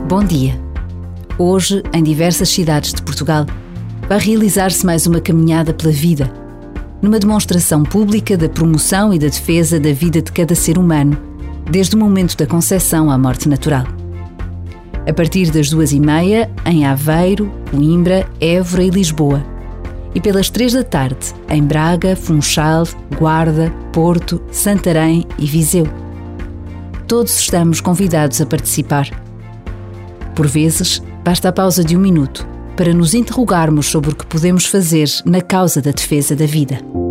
Bom dia. Hoje, em diversas cidades de Portugal, vai realizar-se mais uma caminhada pela vida, numa demonstração pública da promoção e da defesa da vida de cada ser humano, desde o momento da concepção à morte natural. A partir das 2h30, em Aveiro, Coimbra, Évora e Lisboa, e pelas 3 da tarde, em Braga, Funchal, Guarda, Porto, Santarém e Viseu. Todos estamos convidados a participar. Por vezes, basta a pausa de 1 minuto para nos interrogarmos sobre o que podemos fazer na causa da defesa da vida.